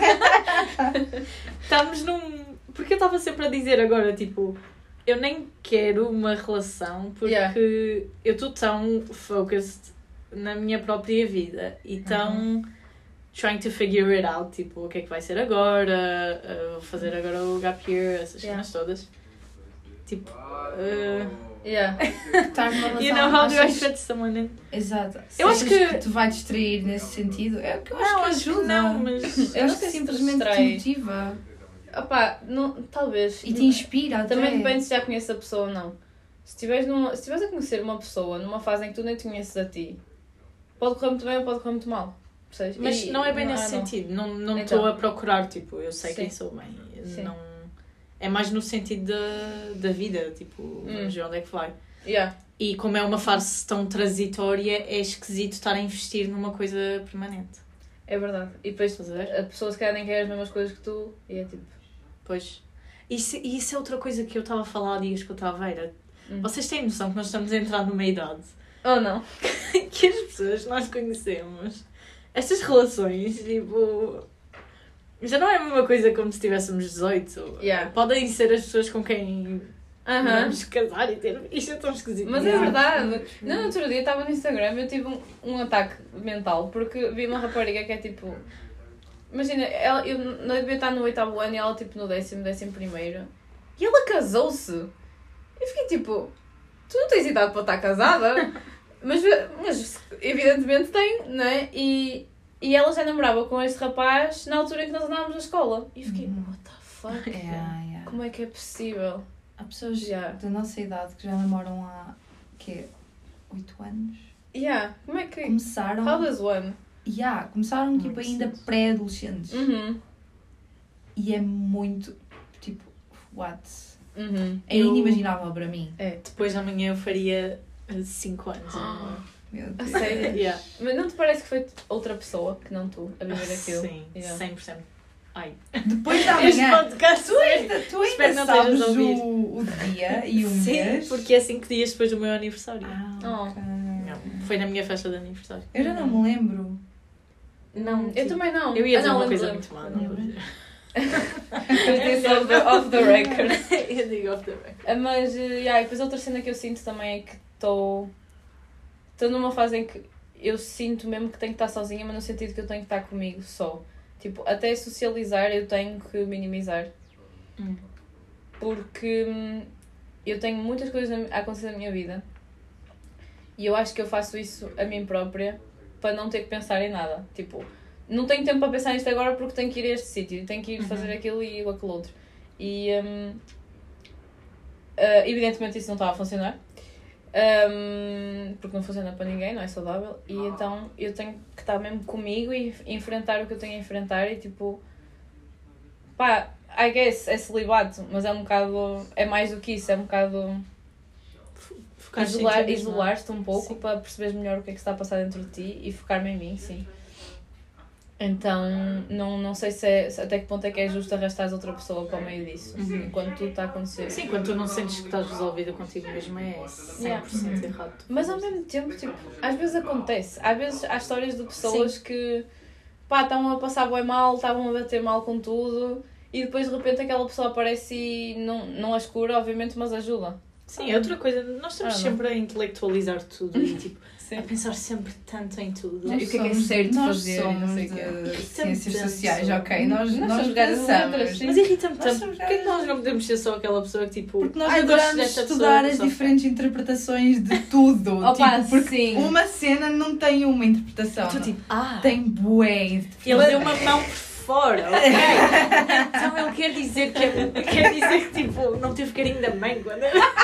Estamos num... Porque eu estava sempre a dizer agora, tipo... Eu nem quero uma relação porque Yeah. eu estou tão focused na minha própria vida e tão trying to figure it out, tipo, o que é que vai ser agora, vou fazer agora o gap year, essas Yeah. cenas todas. Tipo, Yeah. Estar numa relação, you know how do I achas- fit someone in? Exato. Eu acho Achas que- te vai distrair nesse sentido? É o que eu acho que Não, ajuda. não, mas... Eu Eu acho não que sei se te simplesmente te distrai. motiva Opá, não, talvez. e te inspira até. Também depende se já conheces a pessoa ou não. Se estiveres a conhecer uma pessoa numa fase em que tu nem te conheces a ti, pode correr muito bem ou pode correr muito mal. Percebes? Mas E- não é bem não- nesse não. sentido. Não Então. estou a procurar, tipo, eu sei quem Sim. sou bem. Sim. Não... É mais no sentido da vida, tipo, vamos ver onde é que vai. Yeah. E como é uma fase tão transitória, é esquisito estar a investir numa coisa permanente. É verdade. E depois Estás a ver? a pessoa se calhar nem quer as mesmas coisas que tu e é tipo... Pois. Isso é outra coisa que eu estava a falar há dias com a Taveira. Hum. Vocês têm noção que nós estamos a entrar numa idade Oh não. que as pessoas que nós conhecemos, estas relações, tipo... Já não é a mesma coisa como se tivéssemos 18. Yeah. Podem ser as pessoas com quem Aham. vamos casar e ter... Isto é tão esquisito. Mas é Yeah. verdade. No outro dia estava no Instagram e eu tive um ataque mental porque vi uma rapariga que é tipo... Imagina, eu não devia estar no 8º ano e ela tipo no 11º. E ela casou-se. Eu fiquei tipo... Tu não tens idade para estar casada? mas evidentemente tem, não é? E ela já namorava com este rapaz na altura em que nós andávamos na escola. E eu fiquei, what the fuck? Yeah. Como é que é possível? Há pessoas Yeah. da nossa idade que já namoram há, quê? 8 anos? Yeah, como é que... Começaram... How does one? Começaram tipo Muito ainda cedo. pré-adolescentes. Uhum. E é muito, tipo, what? Uhum. É inimaginável para mim. Depois de amanhã eu faria 5 anos. Meu A Deus. sério? Yeah. Mas não te parece que foi outra pessoa que não tu a viver aquilo? Sim, Yeah. 100%. Ai. Depois da Este manhã, podcast tu ainda Espero não sabes estejas a ouvir. o dia e o Sim, mês. porque é 5 dias depois do meu aniversário. Ah, ok. Não, foi na minha festa de aniversário. Eu já não me lembro. Não, Eu também não. Eu ia Ah, dizer não, uma lembro, coisa lembro. muito má, não vou dizer. Eu disse off the record. Eu digo off the record. Mas, e depois outra cena que eu sinto também é que estou numa fase em que eu sinto mesmo que tenho que estar sozinha, mas no sentido que eu tenho que estar comigo só. Tipo, até socializar eu tenho que minimizar. Porque eu tenho muitas coisas a acontecer na minha vida e eu acho que eu faço isso a mim própria para não ter que pensar em nada. Tipo, não tenho tempo para pensar nisto agora porque tenho que ir a este sítio, tenho que ir fazer aquilo e aquele outro. E evidentemente isso não estava a funcionar. Porque não funciona para ninguém, não é saudável. E então eu tenho que estar mesmo comigo e enfrentar o que eu tenho a enfrentar e tipo... Pá, I guess é celibato, mas é um bocado... É mais do que isso, é um bocado... Focar-se em ti mesma. Isolar-te um pouco Sim. para perceberes melhor o que é que está a passar dentro de ti e focar-me em mim, sim. Então, não sei até que ponto é que é justo arrastar outra pessoa para o meio disso, enquanto tudo está a acontecer. Sim, quando tu não sentes que estás resolvida contigo mesma é 100% errado. Mas ao mesmo tempo, tipo, às vezes acontece. Às vezes há histórias de pessoas que, pá, estavam a passar bem mal, estavam a bater mal com tudo e depois de repente aquela pessoa aparece e não as cura, obviamente, mas ajuda. Sim, é outra coisa. Nós estamos não. sempre a intelectualizar tudo e tipo, Sim. a pensar sempre tanto em tudo. E o que é certo nós fazer e não somos sei o quê. de Irrita-me ciências tanto. sociais, ok? Nós somos gajas pensamos. letras, sim. Mas irrita-me Nós tanto. somos Porquê que nós não podemos ser só aquela pessoa que tipo... Porque nós "Ai, eu gosto adoramos desta estudar pessoa", as só- diferentes interpretações de tudo. Opa, tipo, porque sim. uma cena não tem uma interpretação. Tu tipo, Tem bué ele interpretações. deu uma mão perfeita fora, ok? Então ele quer dizer que tipo, não teve carinho da mãe quando...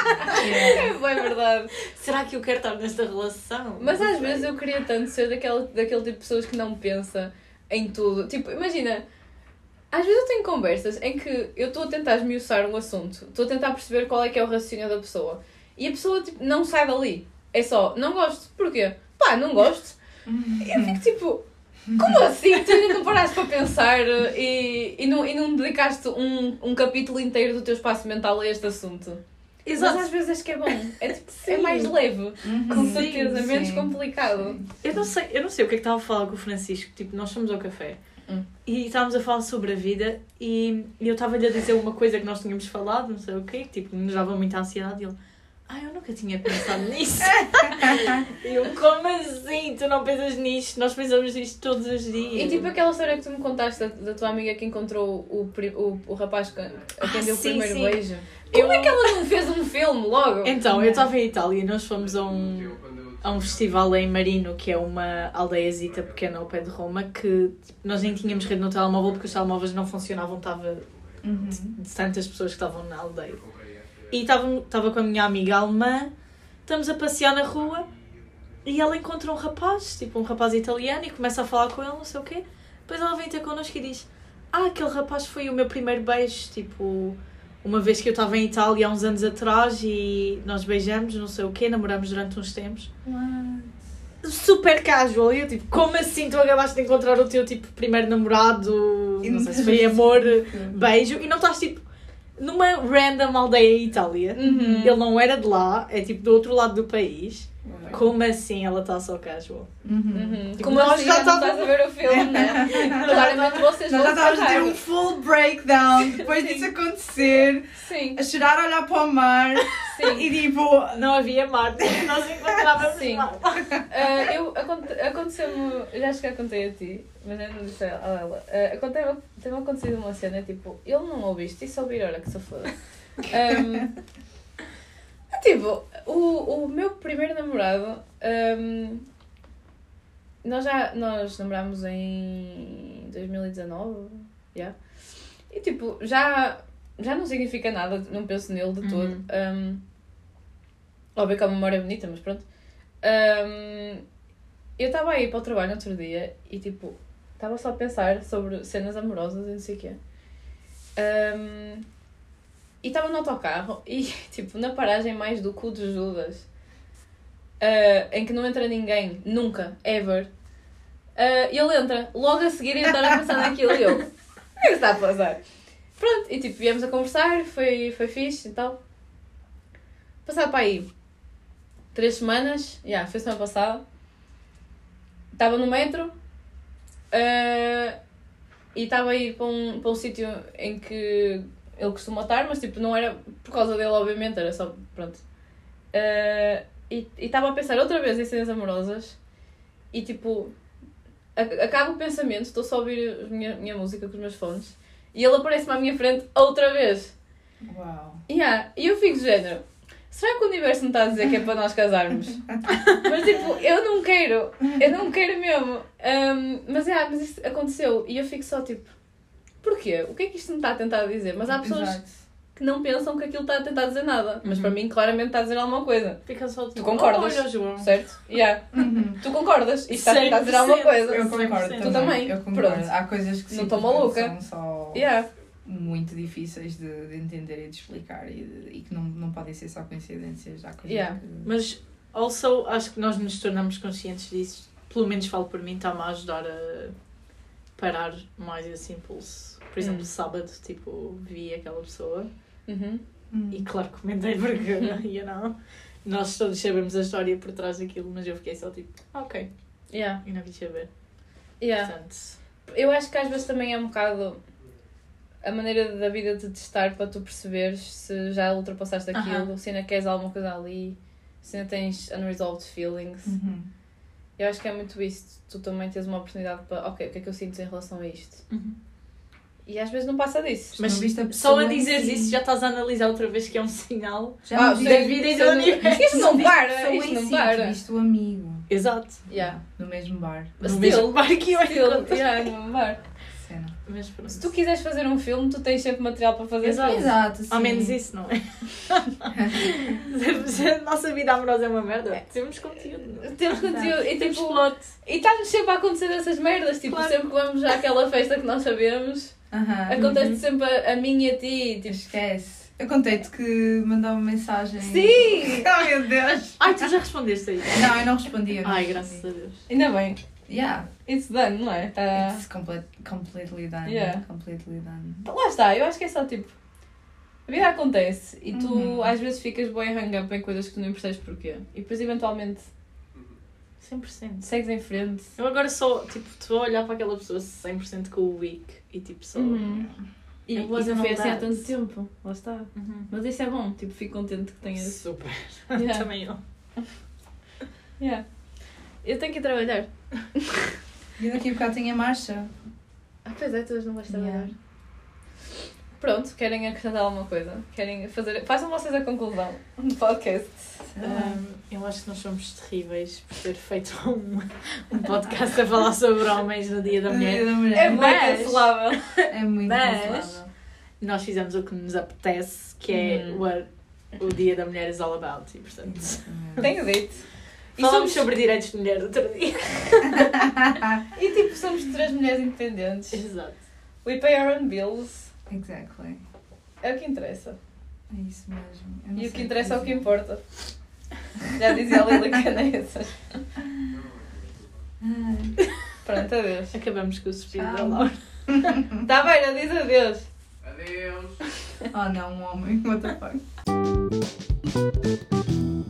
É verdade. Será que eu quero estar nesta relação? Mas às vezes eu queria tanto ser daquele tipo de pessoas que não pensa em tudo. Tipo, imagina, às vezes eu tenho conversas em que eu estou a tentar esmiuçar um assunto, estou a tentar perceber qual é que é o raciocínio da pessoa e a pessoa tipo, não sai dali. É só, não gosto. Porquê? Pá, não gosto. Eu fico tipo, como assim? Tu ainda não paraste para pensar e não dedicaste um capítulo inteiro do teu espaço mental a este assunto? Exato. Mas às vezes acho que é bom. É, tipo, é mais leve, com certeza, sim, menos sim. complicado. Eu não sei o que é que estava a falar com o Francisco. Tipo, nós fomos ao café e estávamos a falar sobre a vida e eu estava-lhe a dizer uma coisa que nós tínhamos falado, não sei o quê, que tipo, nos dava muita ansiedade e ele... eu nunca tinha pensado nisso. E eu, como assim? Tu não pensas nisto? Nós pensamos nisto todos os dias. E tipo aquela história que tu me contaste da tua amiga que encontrou o rapaz a quem deu o sim, primeiro sim. beijo. Como é que ela não fez um filme logo? Então, eu estava em Itália e nós fomos a um festival em Marino, que é uma aldeiazita pequena ao pé de Roma, que nós nem tínhamos rede no telemóvel porque os telemóveis não funcionavam, estava de tantas pessoas que estavam na aldeia. E estava com a minha amiga alemã, estamos a passear na rua e ela encontra um rapaz, tipo um rapaz italiano, e começa a falar com ele, não sei o quê. Depois ela vem ter connosco e diz: aquele rapaz foi o meu primeiro beijo, tipo, uma vez que eu estava em Itália há uns anos atrás e nós beijamos, não sei o quê, namoramos durante uns tempos. Super casual. E eu tipo, como assim tu acabaste de encontrar o teu tipo primeiro namorado, não sei se foi amor, beijo, e não estás tipo numa random aldeia em Itália. Ele não era de lá, é tipo do outro lado do país. Como assim ela está só casual? Como nós assim, já estás a ver o filme, né? Claramente vocês Nós vão já estávamos a ter casar. um full breakdown depois disso acontecer, Sim, a chorar, a olhar para o mar sim. e tipo... Não havia mar, nós encontrávamos Sim. mar. Aconteceu-me, já acho que eu contei a ti, mas eu não disse a ela. Tem-me acontecido uma cena, tipo, ele não ouve isto, e se ouvir, olha que se foda. Tipo, o meu primeiro namorado, nós namorámos em 2019, yeah. E tipo, já não significa nada, não penso nele de todo. Óbvio que é uma memória bonita, mas pronto. Eu estava aí para o trabalho no outro dia e tipo, estava só a pensar sobre cenas amorosas e não sei o quê. E estava no autocarro e tipo, na paragem mais do cu de Judas, em que não entra ninguém, nunca, ever. Ele entra, logo a seguir eu estar a pensar naquilo e eu, o que é que está a passar? Pronto, e tipo, viemos a conversar, foi fixe e tal. Passado para aí 3 semanas, foi semana passada, estava no metro e estava a ir para um sítio em que ele costuma estar, mas tipo, não era por causa dele, obviamente, era só, pronto. E estava a pensar outra vez em cenas amorosas e tipo, acaba o pensamento, estou só a ouvir a minha música com os meus fones e ele aparece-me à minha frente outra vez. Uau. E eu fico de género, será que o universo me está a dizer que é para nós casarmos? Mas tipo, eu não quero mesmo. Mas isso aconteceu e eu fico só tipo, porquê? O que é que isto me está a tentar dizer? Mas há pessoas Exato. que não pensam que aquilo está a tentar dizer nada. Mas para mim, claramente está a dizer alguma coisa. Fica só Tu concordas? Olha, João. Certo? Tu concordas? Isto está a tentar dizer alguma 100%. coisa. Eu concordo 100%. Tu também? Eu concordo. Pronto. Há coisas que Não estou simplesmente maluca. são só muito difíceis de entender e de explicar e que não podem ser só coincidências. Há coisas que... Mas, also, acho que nós nos tornamos conscientes disso. Pelo menos falo por mim, está-me a ajudar a parar mais esse impulso. Por exemplo, sábado, tipo, vi aquela pessoa e claro, comentei porque, nós todos sabemos a história por trás daquilo, mas eu fiquei só tipo, ok, e não quis saber. Portanto, Eu acho que às vezes também é um bocado a maneira da vida de testar para tu perceberes se já ultrapassaste aquilo, se ainda queres alguma coisa ali, se ainda tens unresolved feelings. Eu acho que é muito isso. Tu também tens uma oportunidade para, ok, o que é que eu sinto em relação a isto? E às vezes não passa disso. mas não viste a só a pessoa em dizeres si. isso já estás a analisar outra vez que é um sinal Já não da viste vida e Sim, do universo. Isto não para, a isto pessoa em não si, para. tu viste o amigo Exato. no mesmo bar. No mesmo bar que eu No mesmo bar. Cena. Mas pronto. Se tu quiseres fazer um filme, tu tens sempre material para fazer Exato. filme. Exato, sim. Ao menos isso, não é? Se a nossa vida amorosa é uma merda, temos conteúdo. Temos conteúdo e Temos tipo... plot. E está-nos sempre a acontecer essas merdas, tipo, Claro. sempre que vamos àquela festa que nós sabemos, Aham. acontece sempre a mim e a ti, tipo... Esquece. Eu contei-te que mandou uma mensagem. Sim! Oh meu Deus! Ai, tu já respondeste aí? Não, eu não respondi. eu não Ai, respondi. graças a Deus. Ainda bem, Yeah. it's done, não é? Tá... It's completely done. Yeah. Completely done. Lá está, eu acho que é só tipo... A vida acontece e tu Uhum. às vezes ficas bem hang up em coisas que tu nem percebes porquê. E depois eventualmente 100%. segues em frente. Eu agora só, tipo, estou a olhar para aquela pessoa 100% com o week e tipo só... Uhum. E It não wasn't foi all assim há that. tanto tempo, lá está. Uhum. Mas isso é bom, tipo, fico contente que tenhas... Super. Yeah. Também eu. Yeah. Eu tenho que ir trabalhar. E daqui a bocado tem a marcha. Ah, pois é, todas não vais trabalhar. Yeah. Pronto, querem acrescentar alguma coisa? Querem fazer... Façam vocês a conclusão do podcast. Eu acho que nós somos terríveis por ter feito um podcast a falar sobre homens no Dia da Mulher. Dia da mulher. É muito Mas- cancelável. É muito Mas- cancelável. Nós fizemos o que nos apetece, que é what o Dia da Mulher is all about. E, portanto, Tenho dito. E falamos somos... sobre direitos de mulher outro dia. E tipo, somos três mulheres independentes. Exato. We pay our own bills. Exactly. É o que interessa. É isso mesmo. Eu não E o sei que interessa é o que dizer. importa. Já dizia a Lila Canessas. Ai. Pronto, adeus. Acabamos com o suspiro da Tchau. Laura. Tá bem, já diz adeus. Adeus. Oh não, um homem. What the fuck?